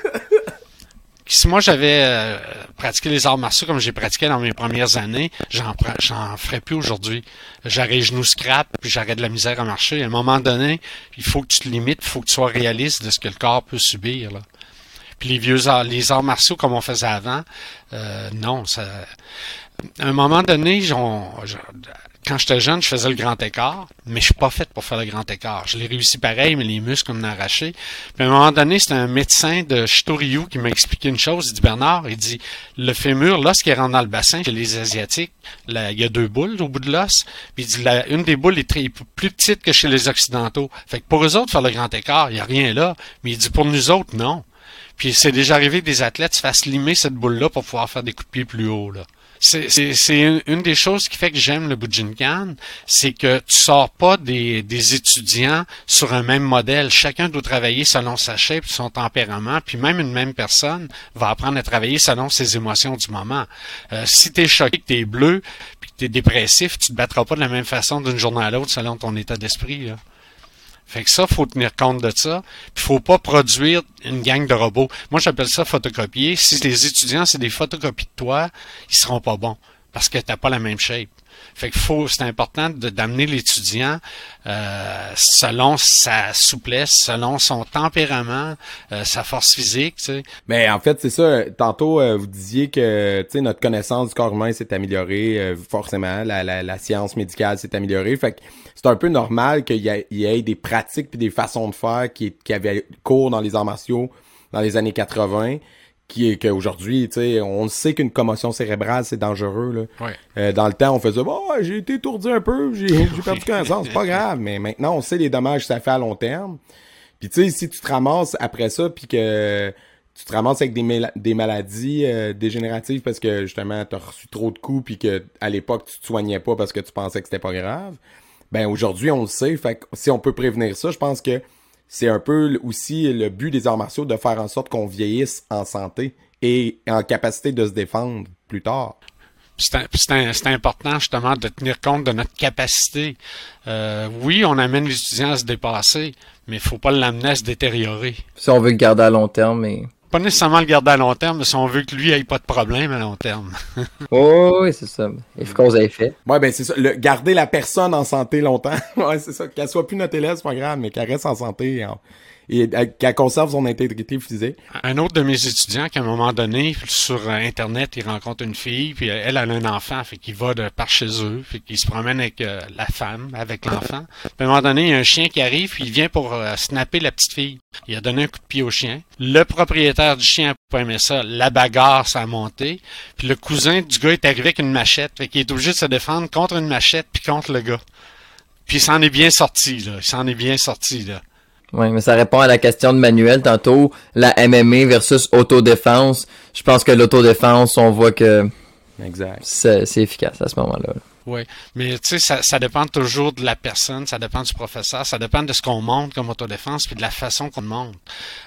Si moi j'avais pratiqué les arts martiaux comme j'ai pratiqué dans mes premières années, j'en ferais plus aujourd'hui. J'aurais les genoux scrap, puis j'aurais de la misère à marcher. À un moment donné, il faut que tu te limites, il faut que tu sois réaliste de ce que le corps peut subir, là. Puis les arts martiaux comme on faisait avant, non, ça. À un moment donné, quand j'étais jeune, je faisais le grand écart, mais je suis pas fait pour faire le grand écart. Je l'ai réussi pareil, mais les muscles m'ont arraché. Puis à un moment donné, c'était un médecin de Shitoryu qui m'a expliqué une chose. Il dit, Bernard, il dit, le fémur, lorsqu'il rentre dans le bassin, chez les Asiatiques, il y a 2 boules au bout de l'os. Puis il dit, une des boules est plus petite que chez les Occidentaux. Fait que pour eux autres, faire le grand écart, il n'y a rien là. Mais il dit, pour nous autres, non. Puis c'est déjà arrivé que des athlètes se fassent limer cette boule-là pour pouvoir faire des coups de pied plus haut, là. C'est une des choses qui fait que j'aime le Bujinkan, c'est que tu sors pas des étudiants sur un même modèle. Chacun doit travailler selon sa shape, son tempérament, puis même une même personne va apprendre à travailler selon ses émotions du moment. Si t'es choqué, que t'es bleu, puis que t'es dépressif, tu te battras pas de la même façon d'une journée à l'autre selon ton état d'esprit, là. Fait que ça, faut tenir compte de ça. Puis faut pas produire une gang de robots. Moi, j'appelle ça photocopier. Si les étudiants, c'est des photocopies de toi, ils seront pas bons. Parce que t'as pas la même shape. Fait que c'est important d'amener l'étudiant selon sa souplesse, selon son tempérament, sa force physique, tu sais. Mais en fait, c'est ça. Tantôt, vous disiez que tu sais notre connaissance du corps humain s'est améliorée, forcément. La science médicale s'est améliorée. Fait que c'est un peu normal qu'il y ait des pratiques puis des façons de faire qui avaient cours dans les arts martiaux dans les années 80. Qu'aujourd'hui, tu sais, on sait qu'une commotion cérébrale, c'est dangereux, là. Ouais. Dans le temps, on faisait, j'ai été étourdi un peu, j'ai perdu connaissance, c'est pas grave. Mais maintenant, on sait les dommages que ça fait à long terme. Puis tu sais, si tu te ramasses après ça, puis que tu te ramasses avec des maladies dégénératives parce que, justement, t'as reçu trop de coups, puis que à l'époque, tu te soignais pas parce que tu pensais que c'était pas grave, ben aujourd'hui, on le sait. Fait que si on peut prévenir ça, je pense que c'est un peu aussi le but des arts martiaux de faire en sorte qu'on vieillisse en santé et en capacité de se défendre plus tard. C'est important justement de tenir compte de notre capacité. Oui, on amène l'étudiant à se dépasser, mais il faut pas l'amener à se détériorer. Si on veut le garder à long terme, mais... Pas nécessairement le garder à long terme, mais si on veut que lui ait pas de problème à long terme. Oh, oui, c'est ça. Il faut cause à effet. Ouais, ben c'est ça. Garder la personne en santé longtemps. Ouais, c'est ça. Qu'elle soit plus notre élève, c'est pas grave, mais qu'elle reste en santé et qu'elle conserve son intégrité physique. Un autre de mes étudiants, qu'à un moment donné, sur Internet, il rencontre une fille, puis elle a un enfant, fait qu'il va par chez eux, fait qu'il se promène avec la femme, avec l'enfant. Puis à un moment donné, il y a un chien qui arrive, puis il vient pour snapper la petite fille. Il a donné un coup de pied au chien. Le propriétaire du chien n'a pas aimé ça. La bagarre, ça a monté. Puis le cousin du gars est arrivé avec une machette, fait qu'il est obligé de se défendre contre une machette, puis contre le gars. Puis il s'en est bien sorti, là. Oui, mais ça répond à la question de Manuel tantôt, la MMA versus autodéfense. Je pense que l'autodéfense, on voit que exact. C'est efficace à ce moment-là. Oui, mais tu sais, ça dépend toujours de la personne, ça dépend du professeur, ça dépend de ce qu'on montre comme autodéfense puis de la façon qu'on le montre.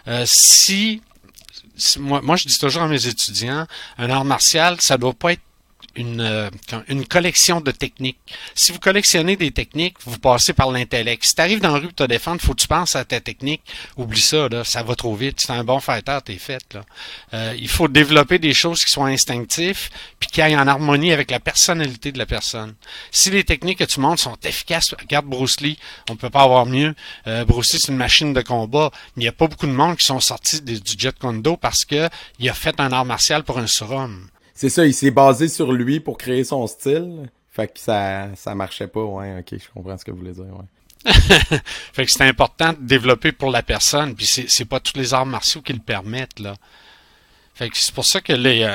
Moi, je dis toujours à mes étudiants, un art martial, ça doit pas être une collection de techniques. Si vous collectionnez des techniques, vous passez par l'intellect. Si tu arrives dans la rue pour te défendre, faut que tu penses à ta technique. Oublie ça, là, ça va trop vite. Si t'es un bon fighter, t'es fait. Là. Il faut développer des choses qui soient instinctives puis qui aillent en harmonie avec la personnalité de la personne. Si les techniques que tu montres sont efficaces, regarde Bruce Lee, on peut pas avoir mieux. Bruce Lee, c'est une machine de combat. Il n'y a pas beaucoup de monde qui sont sortis du Jeet Kune Do parce que il a fait un art martial pour un surhomme. C'est ça, il s'est basé sur lui pour créer son style. Fait que ça marchait pas, ouais, ok, je comprends ce que vous voulez dire, ouais. Fait que c'est important de développer pour la personne, puis c'est pas tous les arts martiaux qui le permettent, là. Fait que c'est pour ça que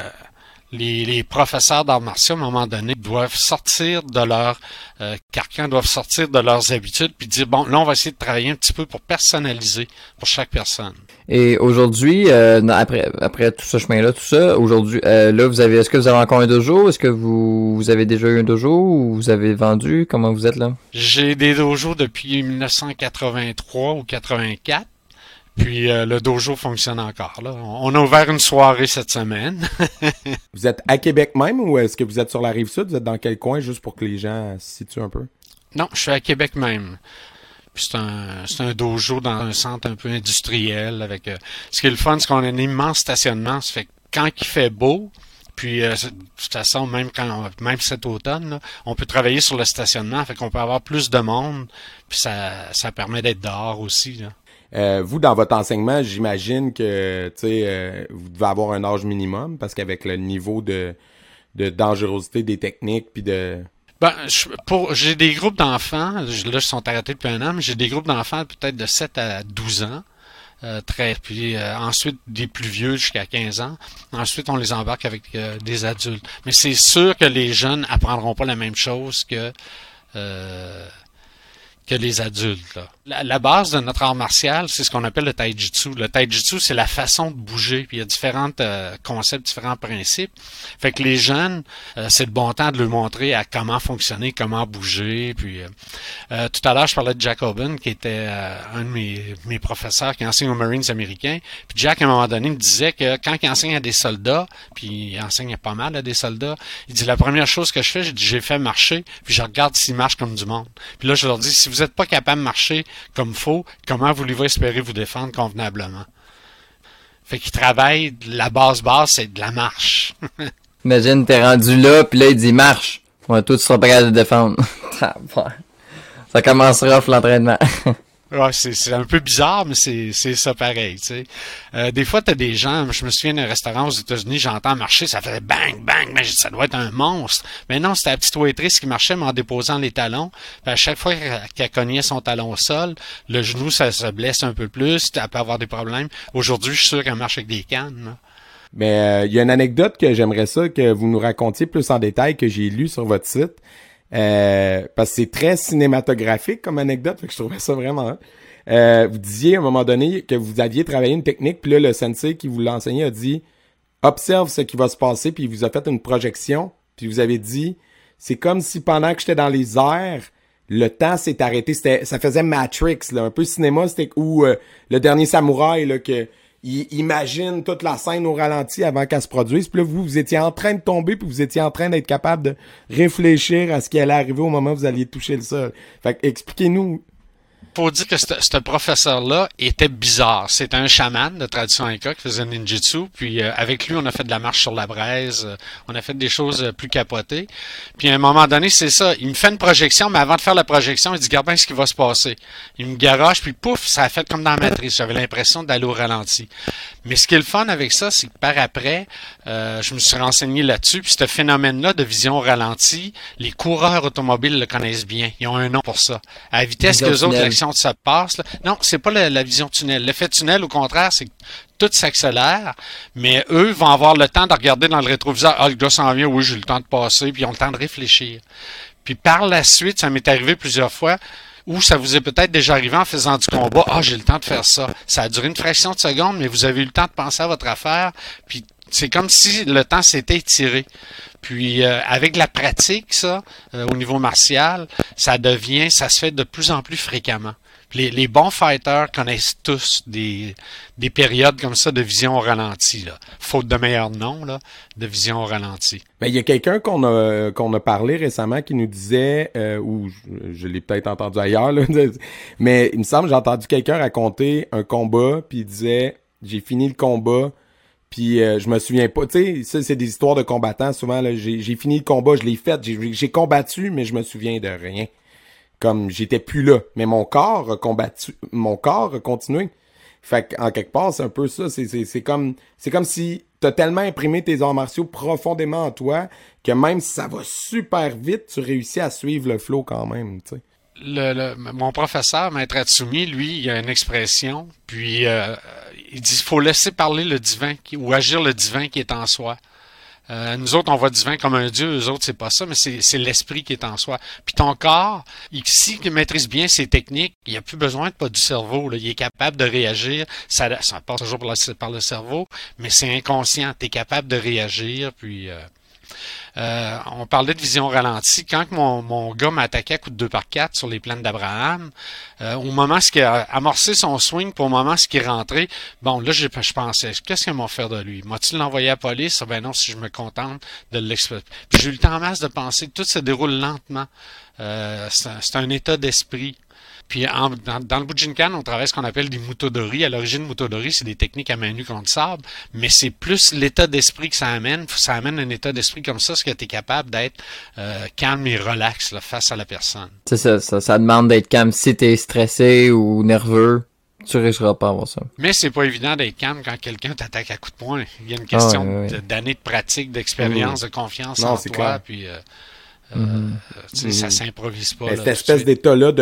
les professeurs d'arts martiaux, à un moment donné, doivent sortir de leur carcan, doivent sortir de leurs habitudes, puis dire, bon, là, on va essayer de travailler un petit peu pour personnaliser pour chaque personne. Et aujourd'hui, après tout ce chemin-là, tout ça, aujourd'hui, là, est-ce que vous avez encore un dojo? Est-ce que vous avez déjà eu un dojo ou vous avez vendu? Comment vous êtes là? J'ai des dojos depuis 1983 ou 84. Puis le dojo fonctionne encore, là. On a ouvert une soirée cette semaine. Vous êtes à Québec même ou est-ce que vous êtes sur la Rive-Sud? Vous êtes dans quel coin, juste pour que les gens se situent un peu? Non, je suis à Québec même. Puis c'est un dojo dans un centre un peu industriel avec ce qui est le fun, c'est qu'on a un immense stationnement. Ça fait que quand il fait beau, puis de toute façon, même cet automne, là, on peut travailler sur le stationnement, fait qu'on peut avoir plus de monde, puis ça permet d'être dehors aussi, là. Vous, dans votre enseignement, j'imagine que vous devez avoir un âge minimum, parce qu'avec le niveau de dangerosité des techniques, puis de... Ben, j'ai des groupes d'enfants, là, ils sont arrêtés depuis un an, mais j'ai des groupes d'enfants peut-être de 7 à 12 ans. Puis ensuite des plus vieux jusqu'à 15 ans. Ensuite, on les embarque avec des adultes. Mais c'est sûr que les jeunes apprendront pas la même chose que les adultes, là. La base de notre art martial, c'est ce qu'on appelle le taijutsu. Le taijutsu, c'est la façon de bouger. Puis il y a différents concepts, différents principes. Fait que les jeunes, c'est le bon temps de leur montrer à comment fonctionner, comment bouger. Puis tout à l'heure, je parlais de Jack Oben, qui était un de mes professeurs qui enseigne aux Marines américains. Puis Jack, à un moment donné, me disait que quand il enseigne à des soldats, puis il enseigne pas mal à des soldats, il dit la première chose que je fais, j'ai fait marcher, puis je regarde s'ils marchent comme du monde. Puis là, je leur dis, si vous n'êtes pas capable de marcher comme faut, comment voulez-vous espérer vous défendre convenablement? Fait qu'il travaille, la base, c'est de la marche. Imagine, t'es rendu là, puis là, il dit marche. Ouais, toi, tu seras prêt à te défendre. Ça commencera l'entraînement. Ouais, c'est un peu bizarre, mais c'est ça pareil, tu sais. Des fois, t'as des gens, je me souviens d'un restaurant aux États-Unis, j'entends marcher, ça fait bang, bang, mais ça doit être un monstre. Mais non, c'était la petite waitress qui marchait, mais en déposant les talons. Puis à chaque fois qu'elle cognait son talon au sol, le genou, ça se blesse un peu plus, elle peut avoir des problèmes. Aujourd'hui, je suis sûr qu'elle marche avec des cannes, là. Mais il y a une anecdote que j'aimerais ça que vous nous racontiez plus en détail que j'ai lu sur votre site. Parce que c'est très cinématographique comme anecdote, fait que je trouvais ça vraiment... vous disiez à un moment donné que vous aviez travaillé une technique, puis là, le sensei qui vous l'a enseigné a dit « Observe ce qui va se passer », puis il vous a fait une projection, puis vous avez dit « C'est comme si pendant que j'étais dans les airs, le temps s'est arrêté. » Ça faisait Matrix, là, un peu cinéma, c'était ou le dernier samouraï, là, que... Il imagine toute la scène au ralenti avant qu'elle se produise. Puis là, vous étiez en train de tomber, puis vous étiez en train d'être capable de réfléchir à ce qui allait arriver au moment où vous alliez toucher le sol. Fait que expliquez-nous. Faut dire que ce professeur-là était bizarre. C'était un chaman de tradition inca qui faisait ninjutsu. Puis avec lui, on a fait de la marche sur la braise. On a fait des choses plus capotées. Puis à un moment donné, c'est ça. Il me fait une projection, mais avant de faire la projection, il dit « Regarde bien ce qui va se passer ». Il me garoche, puis pouf, ça a fait comme dans la matrice. J'avais l'impression d'aller au ralenti. Mais ce qui est le fun avec ça, c'est que par après, je me suis renseigné là-dessus. Puis ce phénomène-là de vision au ralenti, les coureurs automobiles le connaissent bien. Ils ont un nom pour ça. À la vitesse que les autres, l'action de ça passe, là. Non, c'est pas la vision tunnel. L'effet tunnel, au contraire, c'est que tout s'accélère, mais eux vont avoir le temps de regarder dans le rétroviseur. Ah, le gars s'en vient, oui, j'ai le temps de passer, puis ils ont le temps de réfléchir. Puis par la suite, ça m'est arrivé plusieurs fois, ou ça vous est peut-être déjà arrivé en faisant du combat. Ah, j'ai le temps de faire ça. Ça a duré une fraction de seconde, mais vous avez eu le temps de penser à votre affaire, puis c'est comme si le temps s'était étiré. Puis avec la pratique, ça, au niveau martial, ça se fait de plus en plus fréquemment. Les bons fighters connaissent tous des périodes comme ça de vision au ralenti, là. Faute de meilleur nom, là, de vision au ralenti. Ben, il y a quelqu'un qu'on a parlé récemment qui nous disait, ou je l'ai peut-être entendu ailleurs, là, mais il me semble que j'ai entendu quelqu'un raconter un combat, puis il disait, j'ai fini le combat, puis je me souviens pas, tu sais, ça c'est des histoires de combattants, souvent, là, j'ai fini le combat, je l'ai fait, j'ai combattu, mais je me souviens de rien. Comme j'étais plus là, mais mon corps a continué. Fait qu'en quelque part, c'est un peu ça. C'est comme si t'as tellement imprimé tes arts martiaux profondément en toi que même si ça va super vite, tu réussis à suivre le flow quand même, tu sais. Mon professeur, Maître Atsumi, lui, il a une expression, puis il dit faut laisser parler le divin ou agir le divin qui est en soi. Nous autres, on voit divin comme un dieu, eux autres, c'est pas ça, mais c'est l'esprit qui est en soi. Puis ton corps, s'il maîtrise bien ses techniques, il a plus besoin de pas du cerveau, là. Il est capable de réagir. Ça passe toujours par le cerveau, mais c'est inconscient. T'es capable de réagir, puis... on parlait de vision ralentie. Quand mon gars m'a attaqué à coup de 2x4 sur les plaines d'Abraham, au moment où il a amorcé son swing, pour au moment où il est rentré, bon, là, je pensais, qu'est-ce qu'ils vont faire de lui? M'a-t-il l'envoyé à la police? Ben non, si je me contente de l'exploiter. Puis j'ai eu le temps en masse de penser, tout se déroule lentement. C'est un état d'esprit. Puis dans le Bujinkan, on travaille ce qu'on appelle des mutodori. À l'origine, mutodori, c'est des techniques à main nue contre sable, mais c'est plus l'état d'esprit que ça amène. Ça amène un état d'esprit comme ça, ce que tu es capable d'être calme et relax là, face à la personne. C'est ça demande d'être calme. Si t'es stressé ou nerveux, tu réussiras pas à avoir ça. Mais c'est pas évident d'être calme quand quelqu'un t'attaque à coups de poing. Il y a une question d'années de pratique, d'expérience, de confiance en toi. Puis ça s'improvise pas. Mais cette espèce d'état-là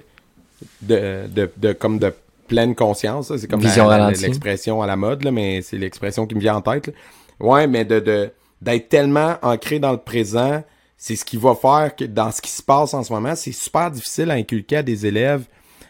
comme de pleine conscience, là. C'est comme l'expression à la mode, là, mais c'est l'expression qui me vient en tête, là. Ouais, mais d'être tellement ancré dans le présent, c'est ce qui va faire que dans ce qui se passe en ce moment, c'est super difficile à inculquer à des élèves,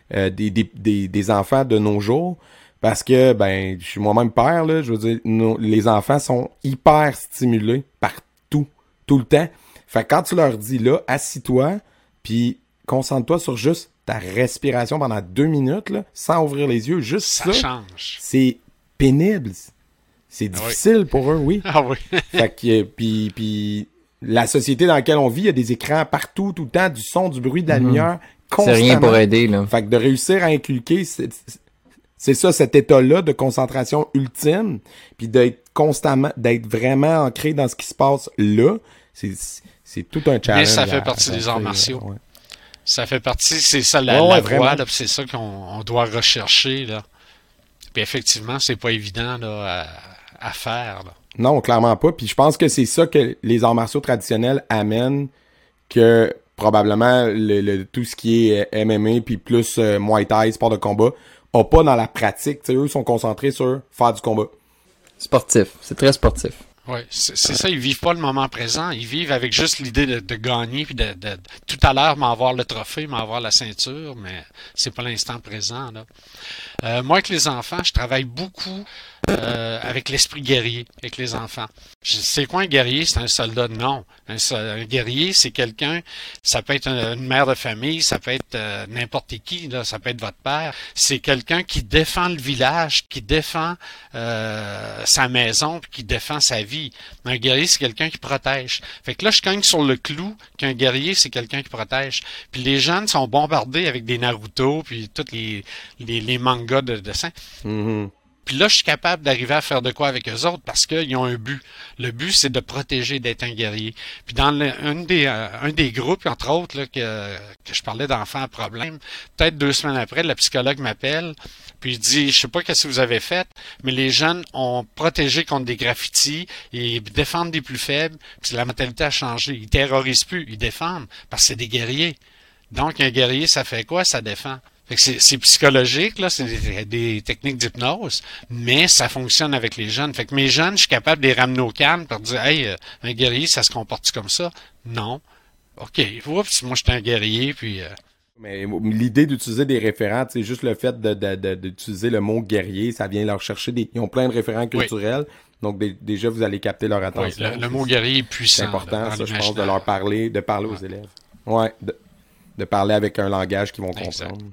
des enfants de nos jours, parce que ben je suis moi-même père, là, je veux dire, les enfants sont hyper stimulés partout, tout le temps. Fait que quand tu leur dis là, assis-toi, puis concentre-toi sur juste ta respiration pendant 2 minutes, là, sans ouvrir les yeux, juste ça change. C'est pénible. C'est difficile pour eux, oui. Ah oui. Fait que, puis la société dans laquelle on vit, il y a des écrans partout, tout le temps, du son, du bruit, de la lumière, constamment. C'est rien pour aider, là. Fait que de réussir à inculquer, c'est ça, cet état-là de concentration ultime, puis d'être vraiment ancré dans ce qui se passe là, c'est tout un challenge. Mais ça fait partie des arts martiaux. Ouais. Ça fait partie, c'est ça la voie, là, c'est ça qu'on doit rechercher, là. Puis effectivement, c'est pas évident là, à faire, là. Non, clairement pas. Puis je pense que c'est ça que les arts martiaux traditionnels amènent, que probablement tout ce qui est MMA puis plus Muay Thai, sport de combat, a pas dans la pratique. T'sais, eux sont concentrés sur faire du combat. Sportif, c'est très sportif. Oui, c'est ça, ils vivent pas le moment présent, ils vivent avec juste l'idée de gagner, puis de tout à l'heure m'avoir le trophée, m'avoir la ceinture, mais c'est pas l'instant présent, là. Moi, avec les enfants, je travaille beaucoup avec l'esprit guerrier, avec les enfants. C'est quoi un guerrier? C'est un soldat? Non. Un guerrier, c'est quelqu'un, ça peut être une mère de famille, ça peut être n'importe qui, là, ça peut être votre père. C'est quelqu'un qui défend le village, qui défend sa maison, puis qui défend sa vie. Un guerrier, c'est quelqu'un qui protège. Fait que là, je cogne sur le clou qu'un guerrier, c'est quelqu'un qui protège. Puis les jeunes sont bombardés avec des Naruto, puis tous les mangas de dessin. Mm-hmm. Puis là, je suis capable d'arriver à faire de quoi avec eux autres parce qu'ils ont un but. Le but, c'est de protéger, d'être un guerrier. Puis dans un des groupes, entre autres, là, que je parlais d'enfants à problème, peut-être 2 semaines après, la psychologue m'appelle, puis il dit, je sais pas qu'est-ce que vous avez fait, mais les jeunes ont protégé contre des graffitis, ils défendent des plus faibles, puis la mentalité a changé. Ils terrorisent plus, ils défendent, parce que c'est des guerriers. Donc, un guerrier, ça fait quoi? Ça défend. Fait que c'est psychologique, là, c'est des techniques d'hypnose, mais ça fonctionne avec les jeunes. Fait que mes jeunes, je suis capable de les ramener au calme pour dire, hey, un guerrier, ça se comporte comme ça? Non. OK, oups, moi, je suis un guerrier, puis... Mais l'idée d'utiliser des référents, c'est juste le fait d'utiliser le mot guerrier, ça vient leur chercher ils ont plein de référents culturels, donc déjà, vous allez capter leur attention. Oui, le mot guerrier est puissant. C'est important, là, ça, je pense, de parler aux élèves. Ouais, de parler avec un langage qu'ils vont comprendre.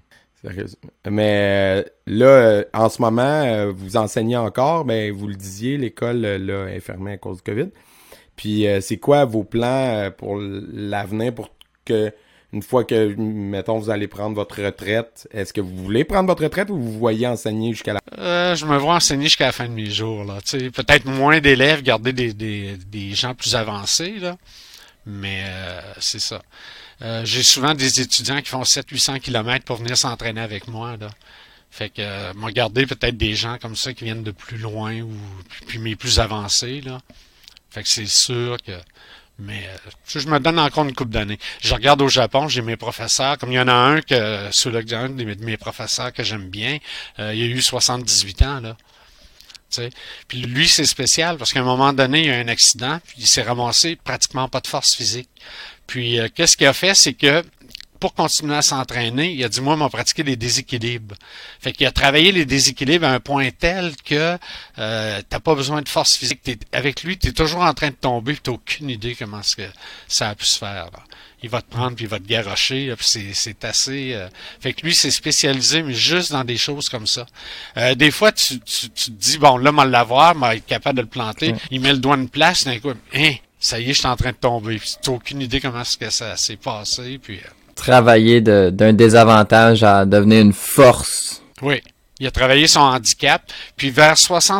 Sérieusement. Mais là, en ce moment, vous enseignez encore, ben vous le disiez, l'école là, est fermée à cause du COVID. Puis c'est quoi vos plans pour l'avenir pour que une fois que, mettons, vous allez prendre votre retraite, est-ce que vous voulez prendre votre retraite ou vous voyez enseigner jusqu'à la... Je me vois enseigner jusqu'à la fin de mes jours, là. Tu sais, peut-être moins d'élèves, garder des gens plus avancés, là. Mais c'est ça. J'ai souvent des étudiants qui font 700-800 km pour venir s'entraîner avec moi, là. Fait que m'a garder peut-être des gens comme ça qui viennent de plus loin ou puis mes plus avancés, là. Fait que c'est sûr que... Mais je me donne encore une couple d'années. Je regarde au Japon, j'ai mes professeurs, comme il y en a un un de mes professeurs que j'aime bien, il a eu 78 ans, là. T'sais. Puis lui, c'est spécial parce qu'à un moment donné, il y a eu un accident, puis il s'est ramassé pratiquement pas de force physique. Puis qu'est-ce qu'il a fait, c'est que pour continuer à s'entraîner, il a dit, moi, m'a pratiqué les déséquilibres. Fait qu'il a travaillé les déséquilibres à un point tel que t'as pas besoin de force physique. Avec lui, t'es toujours en train de tomber, puis t'as aucune idée comment ça a pu se faire, là. Il va te prendre, puis il va te garrocher, puis c'est assez... Fait que lui, c'est spécialisé, mais juste dans des choses comme ça. Des fois, tu te dis, bon, là, m'en l'avoir, m'a être capable de le planter. Il met le doigt en place, d'un coup, ça y est, je suis en train de tomber. Puis t'as aucune idée comment est-ce que ça s'est passé, puis... Travailler d'un désavantage à devenir une force. Oui, il a travaillé son handicap, puis vers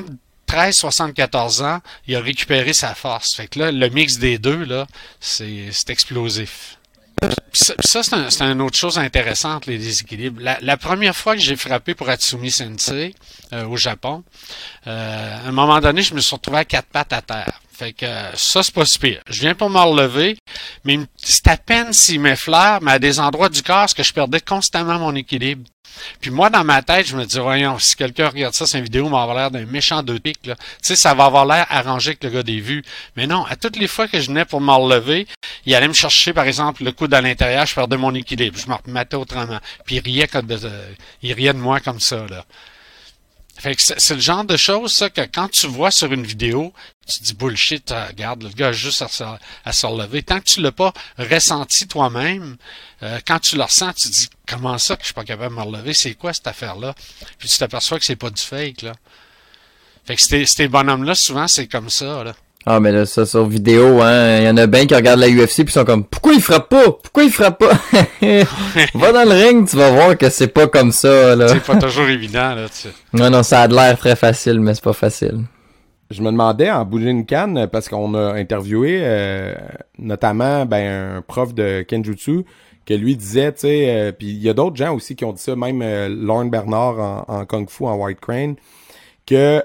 73-74 ans, il a récupéré sa force. Fait que là, le mix des deux, là, c'est explosif. Ça, c'est une autre chose intéressante, les déséquilibres. La première fois que j'ai frappé pour Atsumi Sensei au Japon, à un moment donné, je me suis retrouvé à 4 pattes à terre. Fait que ça, c'est pas si pire. Je viens pour me relever, mais c'est à peine s'il m'effleure, mais à des endroits du corps, parce que je perdais constamment mon équilibre. Puis moi, dans ma tête, je me dis, voyons, si quelqu'un regarde ça, c'est une vidéo, il va avoir l'air d'un méchant deux pics, là. Tu sais, ça va avoir l'air arrangé avec le gars des vues. Mais non, à toutes les fois que je venais pour me relever, il allait me chercher, par exemple, le coude à l'intérieur, je perdais mon équilibre. Je me remettais autrement. Puis il riait de moi comme ça, là. Fait que c'est le genre de choses, ça, que quand tu vois sur une vidéo, tu te dis bullshit, regarde, le gars a juste à se relever. Tant que tu l'as pas ressenti toi-même, quand tu le ressens, tu te dis comment ça que je suis pas capable de me relever, c'est quoi cette affaire-là? Puis tu t'aperçois que c'est pas du fake, là. Fait que ces bonhommes-là, souvent, c'est comme ça, là. Ah, mais là, ça, sur vidéo, hein, il y en a bien qui regardent la UFC pis sont comme, pourquoi il frappe pas? Pourquoi il frappe pas? Va dans le ring, tu vas voir que c'est pas comme ça, là. C'est pas toujours évident, là, tu sais. Non, ça a l'air très facile, mais c'est pas facile. Je me demandais en Bujinkan, parce qu'on a interviewé notamment un prof de Kenjutsu, que lui disait, tu sais, puis il y a d'autres gens aussi qui ont dit ça, même Lorne Bernard en Kung Fu, en White Crane, que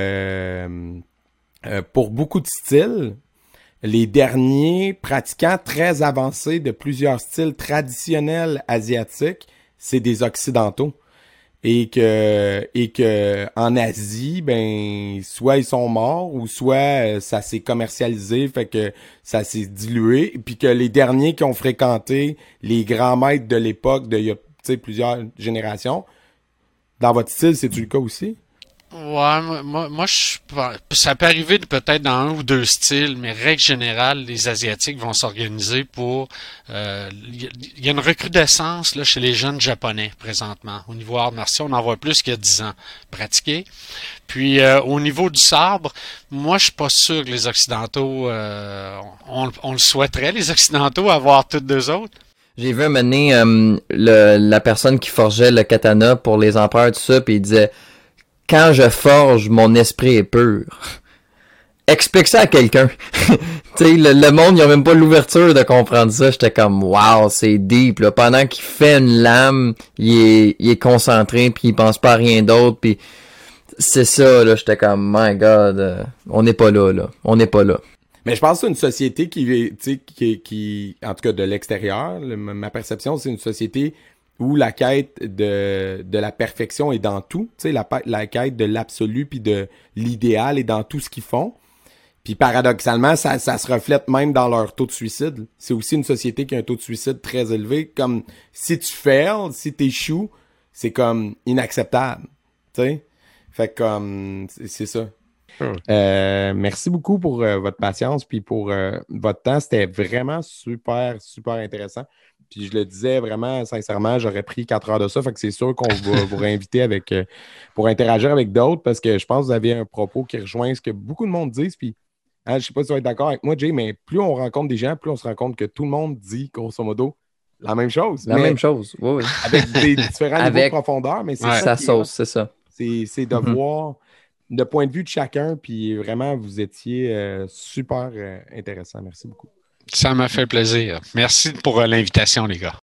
pour beaucoup de styles, les derniers pratiquants très avancés de plusieurs styles traditionnels asiatiques, c'est des occidentaux. Et que en Asie, soit ils sont morts ou soit ça s'est commercialisé, fait que ça s'est dilué. Et puis que les derniers qui ont fréquenté les grands maîtres de l'époque, de il y a plusieurs générations, dans votre style, c'est-tu le cas aussi? Ouais, moi ça peut arriver peut-être dans un ou deux styles, mais règle générale, les Asiatiques vont s'organiser pour... Il y a une recrudescence là, chez les jeunes Japonais présentement. Au niveau arts martiaux, on en voit plus qu'il y a 10 ans pratiqués. Puis au niveau du sabre, moi je suis pas sûr que les Occidentaux, on le souhaiterait, les Occidentaux, avoir toutes deux autres. J'ai vu un moment donné, la personne qui forgeait le katana pour les empereurs, tout ça, puis il disait... Quand je forge, mon esprit est pur. Explique ça à quelqu'un. Tu sais, le monde, ils ont même pas l'ouverture de comprendre ça. J'étais comme, wow, c'est deep, là. Pendant qu'il fait une lame, il est concentré, puis il pense pas à rien d'autre, puis c'est ça, là. J'étais comme, my God, on n'est pas là, là. On n'est pas là. Mais je pense que c'est une société qui en tout cas de l'extérieur, ma perception, c'est une société où la quête de la perfection est dans tout, tu sais, la quête de l'absolu puis de l'idéal est dans tout ce qu'ils font. Puis paradoxalement, ça se reflète même dans leur taux de suicide. C'est aussi une société qui a un taux de suicide très élevé. Comme si tu fails, si t'échoues, c'est comme inacceptable, tu sais. Fait que comme c'est ça. Merci beaucoup pour votre patience puis pour votre temps. C'était vraiment super, super intéressant. Puis je le disais vraiment sincèrement, j'aurais pris 4 heures de ça. Fait que c'est sûr qu'on va vous réinviter pour interagir avec d'autres parce que je pense que vous avez un propos qui rejoint ce que beaucoup de monde disent. Puis je ne sais pas si tu vas être d'accord avec moi, Jay, mais plus on rencontre des gens, plus on se rend compte que tout le monde dit, grosso modo, la même chose. Même chose, oui. Avec des différents niveaux de profondeur, mais c'est sa sauce, c'est ça. C'est de voir le point de vue de chacun, puis vraiment, vous étiez super intéressant. Merci beaucoup. Ça m'a fait plaisir. Merci pour l'invitation, les gars.